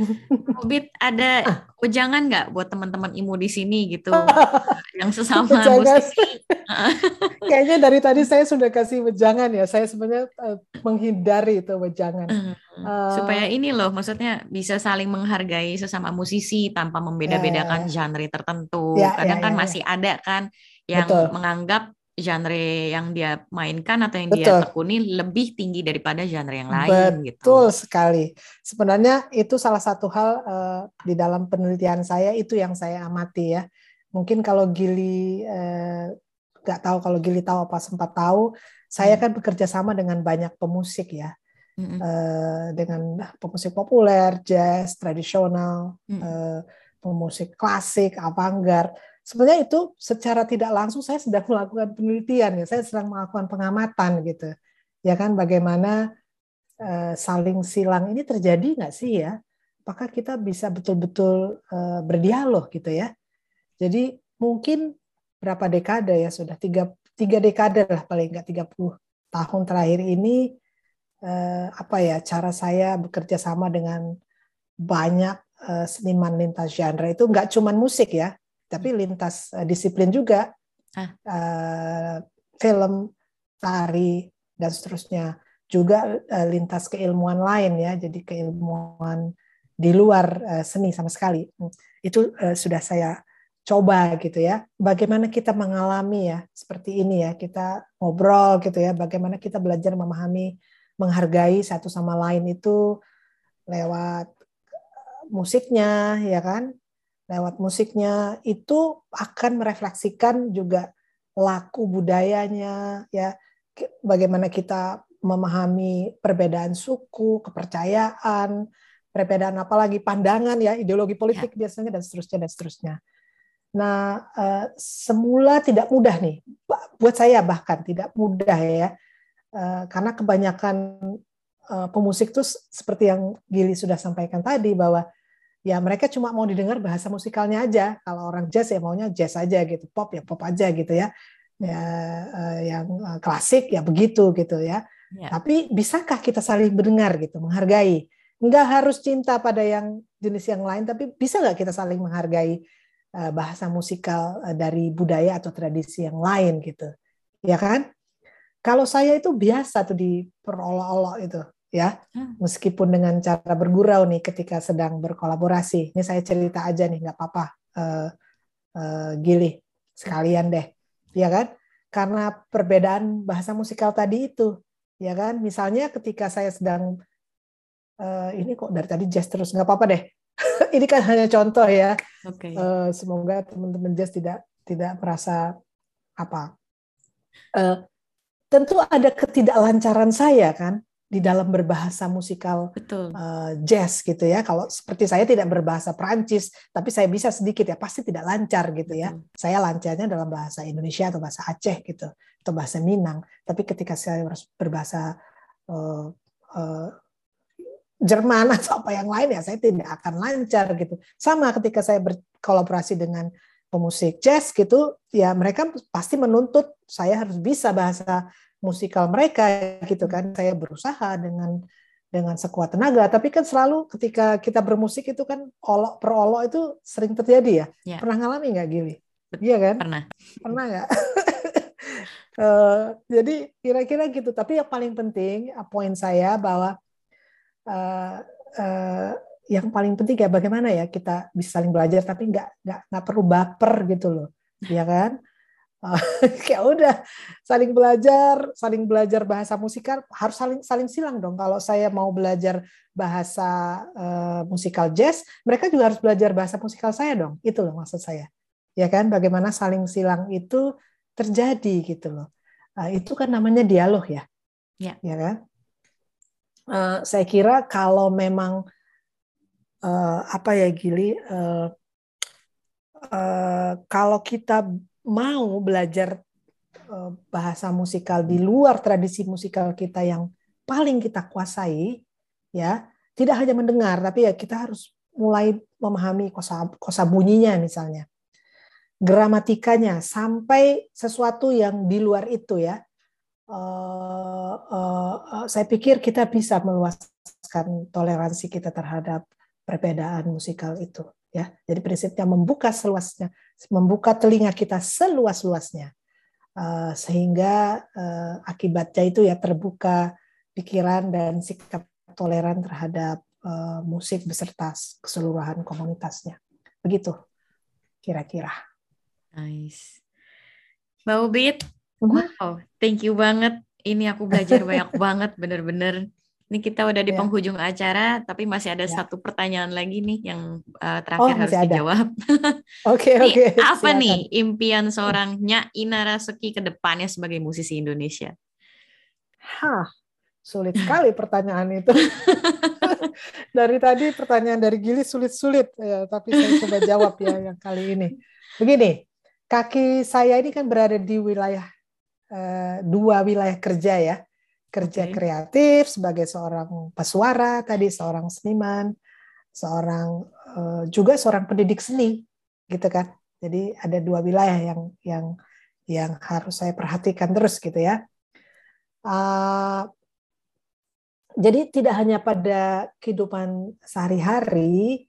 Bit, ada Ah, ujangan nggak buat teman-teman I M U di sini gitu, yang sesama jangan. musisi? Kayaknya dari tadi saya sudah kasih wejangan ya. Saya sebenarnya uh, menghindari itu wejangan. Eh, supaya Uh, ini loh, maksudnya bisa saling menghargai sesama musisi tanpa ya, membeda-bedakan ya, genre tertentu. ya, Kadang ya, kan ya, masih ya. ada kan yang Betul, menganggap genre yang dia mainkan atau yang dia betul, tekuni lebih tinggi daripada genre yang lain gitu. betul sekali. Sebenarnya itu salah satu hal uh, di dalam penelitian saya itu yang saya amati ya. Mungkin kalau Gili uh, nggak tahu, kalau Gili tahu apa sempat tahu, saya Hmm. kan bekerja sama dengan banyak pemusik ya. Mm-mm. Eh, dengan pemusik populer, jazz, tradisional, Mm-mm. eh, pemusik klasik, avantgard. Sebenarnya itu secara tidak langsung saya sedang melakukan penelitian ya, saya sedang melakukan pengamatan gitu. Ya kan bagaimana eh, saling silang ini terjadi nggak sih ya? Apakah kita bisa betul-betul eh, berdialog gitu ya? Jadi mungkin berapa dekade ya, sudah tiga, tiga dekade lah paling nggak, tiga puluh tahun terakhir ini eh, apa ya, cara saya bekerja sama dengan banyak eh, seniman lintas genre itu nggak cuma musik ya, tapi lintas eh, disiplin juga, Ah, eh, film, tari dan seterusnya, juga eh, lintas keilmuan lain ya, jadi keilmuan di luar eh, seni sama sekali. Itu eh, sudah saya coba gitu ya. Bagaimana kita mengalami ya seperti ini ya, kita ngobrol gitu ya, bagaimana kita belajar memahami, menghargai satu sama lain itu lewat musiknya ya kan. Lewat musiknya itu akan merefleksikan juga laku budayanya ya, bagaimana kita memahami perbedaan suku, kepercayaan, perbedaan apalagi pandangan ya, ideologi ya, politik biasanya dan seterusnya dan seterusnya. Nah, eh, semula tidak mudah nih, buat saya bahkan tidak mudah ya, eh, karena kebanyakan eh, pemusik tuh seperti yang Gili sudah sampaikan tadi, bahwa ya mereka cuma mau didengar bahasa musikalnya aja. Kalau orang jazz ya maunya jazz aja gitu, pop ya pop aja gitu ya, ya eh, yang eh, klasik ya begitu gitu ya. ya, Tapi bisakah kita saling mendengar gitu, menghargai? Nggak harus cinta pada yang jenis yang lain, tapi bisa nggak kita saling menghargai eh, bahasa musikal eh, dari budaya atau tradisi yang lain gitu, ya kan? Kalau saya itu biasa tuh diperolok-olok itu, ya, Hmm. meskipun dengan cara bergurau nih ketika sedang berkolaborasi. Ini saya cerita aja nih, nggak apa-apa, eh, eh, Gili, sekalian deh, ya kan? Karena perbedaan bahasa musikal tadi itu, ya kan? Misalnya ketika saya sedang eh, ini kok dari tadi jazz terus, nggak apa-apa deh. Ini kan hanya contoh ya. Oke. Eh, semoga teman-teman jazz tidak tidak merasa apa. Eh, Tentu ada ketidaklancaran saya kan di Ya, dalam berbahasa musikal betul. uh, jazz gitu ya. Kalau seperti saya tidak berbahasa Perancis, tapi saya bisa sedikit ya, pasti tidak lancar gitu ya. Betul. Saya lancarnya dalam bahasa Indonesia atau bahasa Aceh gitu, atau bahasa Minang. Tapi ketika saya harus berbahasa uh, uh, Jerman atau apa yang lain ya, saya tidak akan lancar gitu. Sama ketika saya berkolaborasi dengan pemusik jazz gitu, ya mereka pasti menuntut saya harus bisa bahasa musikal mereka gitu kan. Saya berusaha dengan dengan sekuat tenaga, tapi kan selalu ketika kita bermusik itu kan olok per olok itu sering terjadi ya. Ya, Pernah ngalami nggak Gili? bet- Iya kan? pernah. Pernah nggak? Uh, jadi kira-kira gitu. Tapi yang paling penting, poin saya bahwa uh, uh, yang paling penting ya bagaimana ya kita bisa saling belajar tapi nggak nggak nggak perlu baper gitu loh, ya kan? Uh, kayak udah saling belajar, saling belajar bahasa musikal harus saling saling silang dong. Kalau saya mau belajar bahasa uh, musikal jazz, mereka juga harus belajar bahasa musikal saya dong. Itu loh maksud saya, ya kan? Bagaimana saling silang itu terjadi gitu loh. Uh, itu kan namanya dialog ya, Ya, ya kan? Uh, saya kira kalau memang uh, apa ya Gili, uh, uh, kalau kita mau belajar uh, bahasa musikal di luar tradisi musikal kita yang paling kita kuasai, ya tidak hanya mendengar, tapi ya kita harus mulai memahami kosa kosa bunyinya misalnya, gramatikanya, sampai sesuatu yang di luar itu ya. Uh, uh, uh, saya pikir kita bisa meluaskan toleransi kita terhadap perbedaan musikal itu ya. Jadi prinsipnya membuka seluasnya, membuka telinga kita seluas-luasnya, uh, sehingga uh, akibatnya itu ya terbuka pikiran dan sikap toleran terhadap uh, musik beserta keseluruhan komunitasnya. Begitu kira-kira. Nice. Mbak Ubit, wow, thank you banget. Ini aku belajar banyak banget, bener-bener. Ini kita udah di Ya. penghujung acara, tapi masih ada Ya. satu pertanyaan lagi nih yang uh, terakhir Oh, harus masih ada. dijawab. Oke, Ini oke. apa Silakan. nih impian seorang Nya Ina Rasuki ke depannya sebagai musisi Indonesia? Hah, sulit sekali pertanyaan itu. Dari tadi pertanyaan dari Gili sulit-sulit, ya, tapi saya coba jawab ya yang kali ini. Begini, kaki saya ini kan berada di wilayah eh, dua wilayah kerja ya, kerja Okay. kreatif sebagai seorang pesuara tadi, seorang seniman, seorang eh, juga seorang pendidik seni, gitu kan. Jadi ada dua wilayah yang yang yang harus saya perhatikan terus gitu ya. Uh, jadi tidak hanya pada kehidupan sehari-hari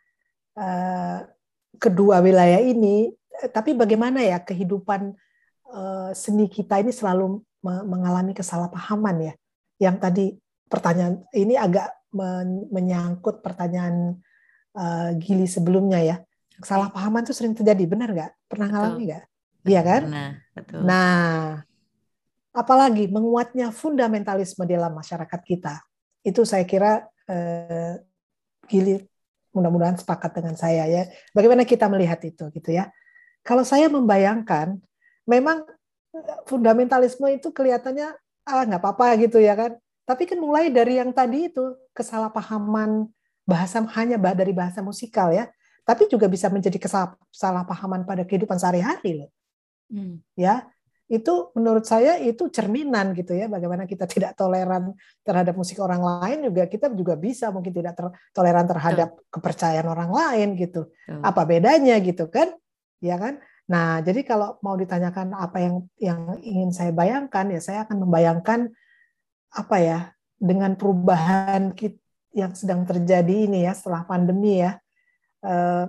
uh, kedua wilayah ini, tapi bagaimana ya kehidupan uh, seni kita ini selalu mengalami kesalahpahaman ya. Yang tadi pertanyaan ini agak men menyangkut pertanyaan uh, Gili sebelumnya ya. Kesalahpahaman itu sering terjadi, benar nggak? Pernah Betul. ngalami nggak? Iya kan? Pernah, betul. Nah, apalagi menguatnya fundamentalisme dalam masyarakat kita. Itu saya kira eh, Gili mudah-mudahan sepakat dengan saya ya. Bagaimana kita melihat itu gitu ya. Kalau saya membayangkan, memang fundamentalisme itu kelihatannya ah nggak apa-apa gitu ya kan. Tapi kan mulai dari yang tadi itu kesalahpahaman bahasa hanya dari bahasa musikal ya. Tapi juga bisa menjadi kesalahpahaman pada kehidupan sehari-hari loh. Hmm. Ya, itu menurut saya itu cerminan gitu ya, bagaimana kita tidak toleran terhadap musik orang lain, juga kita juga bisa mungkin tidak ter- toleran terhadap Betul. kepercayaan orang lain gitu. Betul. Apa bedanya gitu kan? Ya kan? Nah, jadi kalau mau ditanyakan apa yang yang ingin saya bayangkan, ya saya akan membayangkan apa ya, dengan perubahan yang sedang terjadi ini ya setelah pandemi ya. Eh,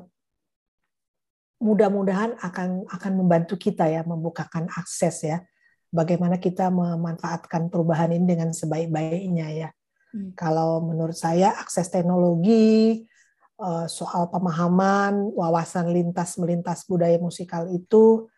mudah-mudahan akan akan membantu kita ya membukakan akses ya, bagaimana kita memanfaatkan perubahan ini dengan sebaik-baiknya ya. Hmm. Kalau menurut saya akses teknologi, soal pemahaman, wawasan lintas melintas budaya musikal itu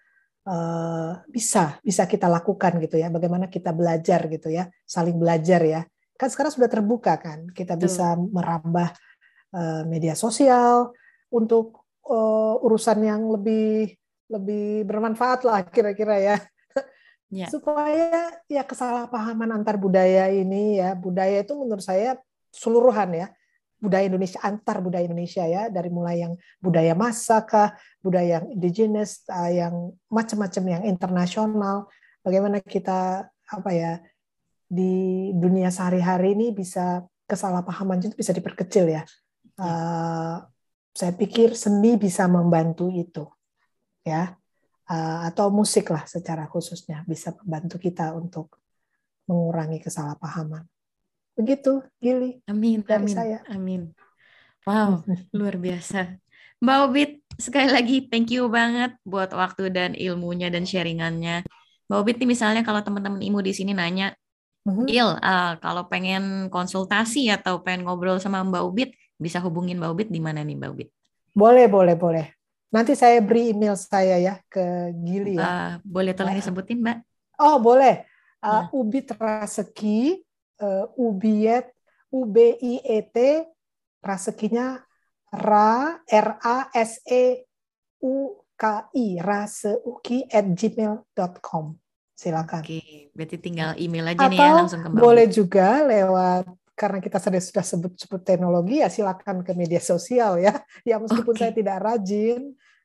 bisa bisa kita lakukan gitu ya. Bagaimana kita belajar gitu ya, saling belajar ya. Kan sekarang sudah terbuka kan, kita Tuh. bisa merambah media sosial untuk Uh, urusan yang lebih lebih bermanfaat lah kira-kira ya, yeah. supaya ya kesalahpahaman antar budaya ini ya, budaya itu menurut saya seluruhan ya, budaya Indonesia antar budaya Indonesia ya, dari mulai yang budaya masak, budaya yang indigenous, uh, yang macam-macam yang internasional, bagaimana kita apa ya di dunia sehari-hari ini bisa kesalahpahaman itu bisa diperkecil ya. Uh, Saya pikir seni bisa membantu itu, ya, uh, atau musik lah secara khususnya bisa membantu kita untuk mengurangi kesalahpahaman. Begitu, Gili. Amin, dari amin, saya. Amin. Wow, luar biasa. Mbak Ubit, sekali lagi thank you banget buat waktu dan ilmunya dan sharingannya. Mbak Ubit nih misalnya kalau teman-teman I M U di sini nanya, Gil, uh, kalau pengen konsultasi atau pengen ngobrol sama Mbak Ubit, bisa hubungin Mbak Ubit di mana nih Mbak Ubit? Boleh, boleh, boleh. Nanti saya beri email saya ya ke Gili ya. Uh, boleh tolong disebutin Mbak? Oh boleh. Uh, nah. Ubit Raseki, uh, Ubiet, U B I E T, Rasekinya Ra, R A S E U K I, raseuki at gmail dot com. Silakan. Oke, berarti tinggal email aja Atau nih ya langsung ke Mbak boleh Ubit. Juga lewat, karena kita sudah sudah sebut-sebut teknologi ya, silakan ke media sosial ya. Ya meskipun okay. saya tidak rajin,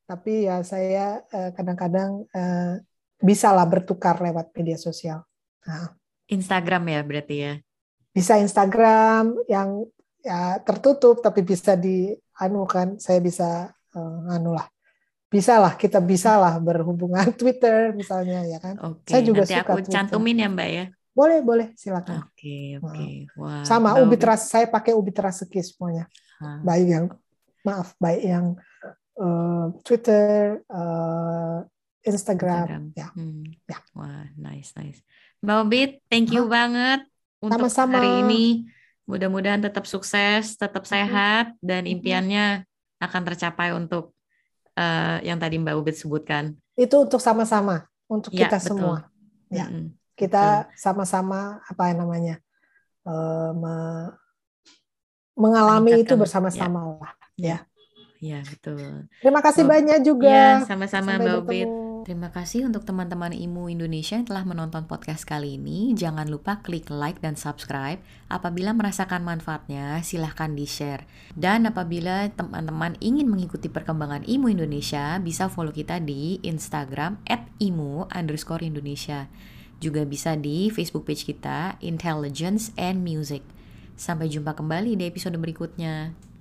tapi ya saya uh, kadang-kadang uh, bisa lah bertukar lewat media sosial. Nah, Instagram ya berarti ya? Bisa Instagram yang ya tertutup, tapi bisa di anu kan, saya bisa uh, anu lah. Bisa lah, kita bisa lah berhubungan. Twitter misalnya ya kan. Oke, Saya juga nanti suka aku Twitter. cantumin ya Mbak ya. Boleh, boleh, silakan. Oke, oke. Wah, Sama Mbak Ubi Ubi. Trust, saya pakai Ubi Trust semuanya. Hah. Baik yang maaf, baik yang uh, Twitter, uh, Instagram, Instagram. ya. Hmm. ya. Wah, nice, nice. Mbak Ubi, thank you Hah? banget untuk Sama-sama. hari ini. Mudah-mudahan tetap sukses, tetap sehat, dan impiannya akan tercapai untuk uh, yang tadi Mbak Ubed sebutkan. Itu untuk sama-sama, untuk Ya, kita betul. semua. Ya, Mm-mm, kita betul. sama-sama apa yang namanya uh, me- mengalami itu bersama-sama lah. Ya. Ya, betul. Terima kasih Mbak, banyak juga. Ya, sama-sama Sampai Mbak bertemu. Ubed. Terima kasih untuk teman-teman IMU Indonesia yang telah menonton podcast kali ini. Jangan lupa klik like dan subscribe. Apabila merasakan manfaatnya, silahkan di-share. Dan apabila teman-teman ingin mengikuti perkembangan IMU Indonesia, bisa follow kita di Instagram at imu underscore Indonesia. Juga bisa di Facebook page kita, Intelligence and Music. Sampai jumpa kembali di episode berikutnya.